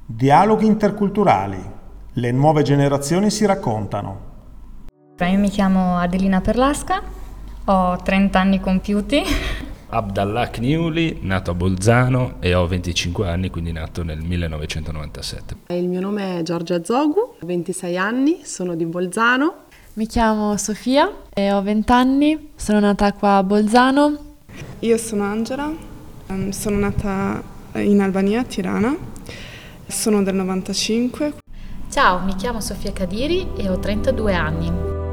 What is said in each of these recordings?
Dialoghi interculturali. Le nuove generazioni si raccontano. Io mi chiamo Adelina Perlasca, ho 30 anni compiuti. Abdallah Kniuli, nato a Bolzano e ho 25 anni, quindi nato nel 1997. Il mio nome è Giorgia Zogu, ho 26 anni, sono di Bolzano. Mi chiamo Sofia e ho 20 anni, sono nata qua a Bolzano. Io sono Angela, sono nata in Albania, a Tirana, sono del 95. Ciao, mi chiamo Sofia Kadiri e ho 32 anni.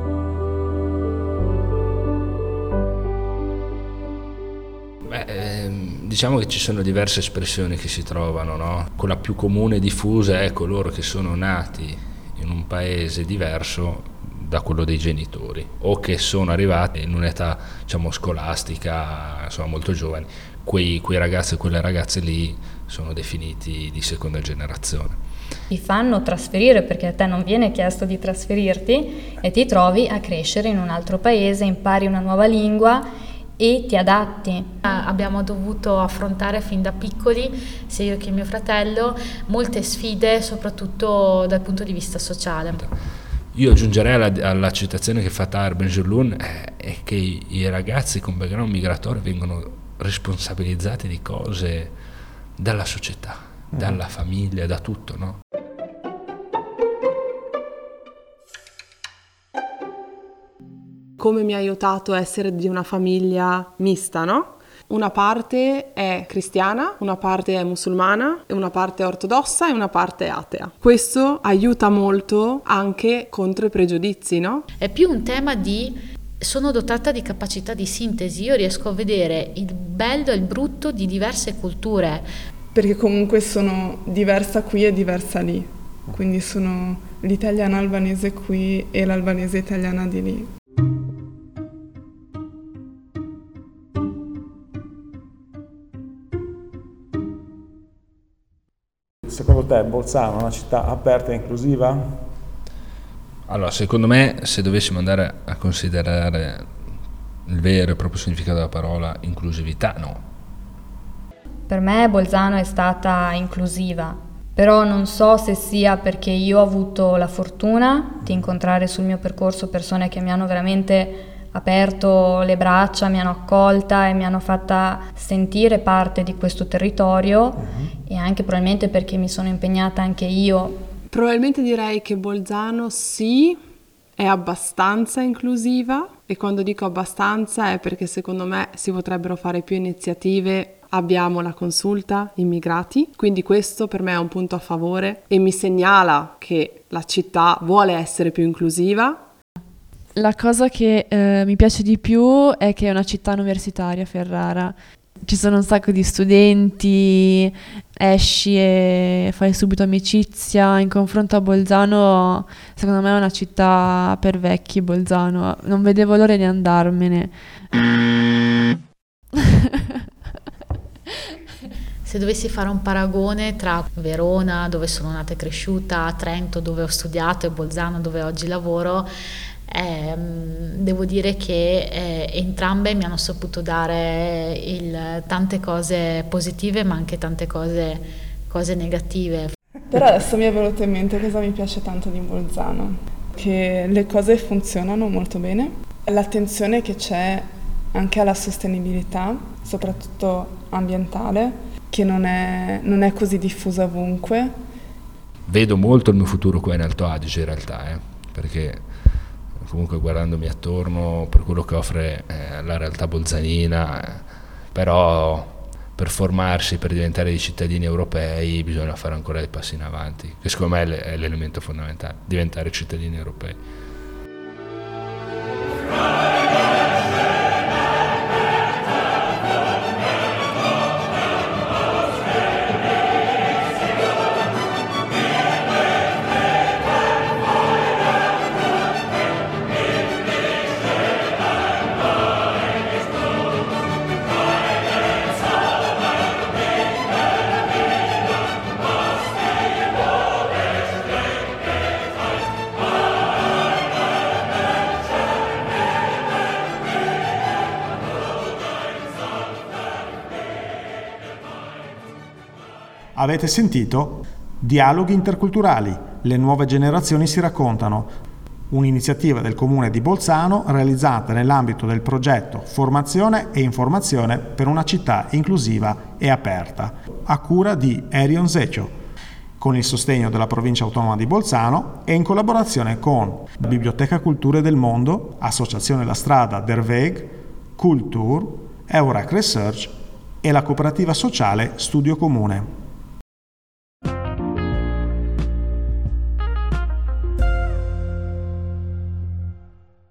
Diciamo che ci sono diverse espressioni che si trovano, no? Quella più comune e diffusa è coloro che sono nati in un paese diverso da quello dei genitori o che sono arrivati in un'età, diciamo, scolastica, insomma, molto giovani. Quei ragazzi e quelle ragazze lì sono definiti di seconda generazione. Ti fanno trasferire perché a te non viene chiesto di trasferirti e ti trovi a crescere in un altro paese, impari una nuova lingua e ti adatti. Abbiamo dovuto affrontare fin da piccoli, sia io che mio fratello, molte sfide, soprattutto dal punto di vista sociale. Io aggiungerei alla citazione che fa Tahar Ben-Jelloun è che i ragazzi con background migratorio vengono responsabilizzati di cose dalla società, dalla famiglia, da tutto, no? Come mi ha aiutato a essere di una famiglia mista, no? Una parte è cristiana, una parte è musulmana, una parte è ortodossa e una parte è atea. Questo aiuta molto anche contro i pregiudizi, no? È più un tema di sono dotata di capacità di sintesi, io riesco a vedere il bello e il brutto di diverse culture. Perché comunque sono diversa qui e diversa lì, quindi sono l'italiana albanese qui e l'albanese italiana di lì. Secondo te Bolzano è una città aperta e inclusiva? Allora, secondo me, se dovessimo andare a considerare il vero e proprio significato della parola inclusività, no. Per me Bolzano è stata inclusiva, però non so se sia perché io ho avuto la fortuna di incontrare sul mio percorso persone che mi hanno veramente aperto le braccia, mi hanno accolta e mi hanno fatta sentire parte di questo territorio e anche probabilmente perché mi sono impegnata anche io. Probabilmente direi che Bolzano sì, è abbastanza inclusiva e quando dico abbastanza è perché secondo me si potrebbero fare più iniziative. Abbiamo la consulta immigrati, quindi questo per me è un punto a favore e mi segnala che la città vuole essere più inclusiva. La cosa che mi piace di più è che è una città universitaria, Ferrara. Ci sono un sacco di studenti, esci e fai subito amicizia. In confronto a Bolzano, secondo me è una città per vecchi, Bolzano. Non vedevo l'ora di andarmene. Se dovessi fare un paragone tra Verona, dove sono nata e cresciuta, Trento, dove ho studiato, e Bolzano, dove oggi lavoro, devo dire che entrambe mi hanno saputo dare tante cose positive ma anche tante cose negative. Però adesso mi è venuto in mente cosa mi piace tanto di Bolzano, che le cose funzionano molto bene, l'attenzione che c'è anche alla sostenibilità, soprattutto ambientale, che non è così diffusa ovunque. Vedo molto il mio futuro qua in Alto Adige in realtà, perché comunque guardandomi attorno per quello che offre la realtà bolzanina, però per formarsi, per diventare dei cittadini europei bisogna fare ancora dei passi in avanti, che secondo me è l'elemento fondamentale, diventare cittadini europei. Avete sentito? Dialoghi interculturali, le nuove generazioni si raccontano, un'iniziativa del Comune di Bolzano realizzata nell'ambito del progetto Formazione e Informazione per una città inclusiva e aperta, a cura di Erion Zecchio, con il sostegno della Provincia Autonoma di Bolzano e in collaborazione con Biblioteca Culture del Mondo, Associazione La Strada Der Weg, Kultur, Eurac Research e la cooperativa sociale Studio Comune.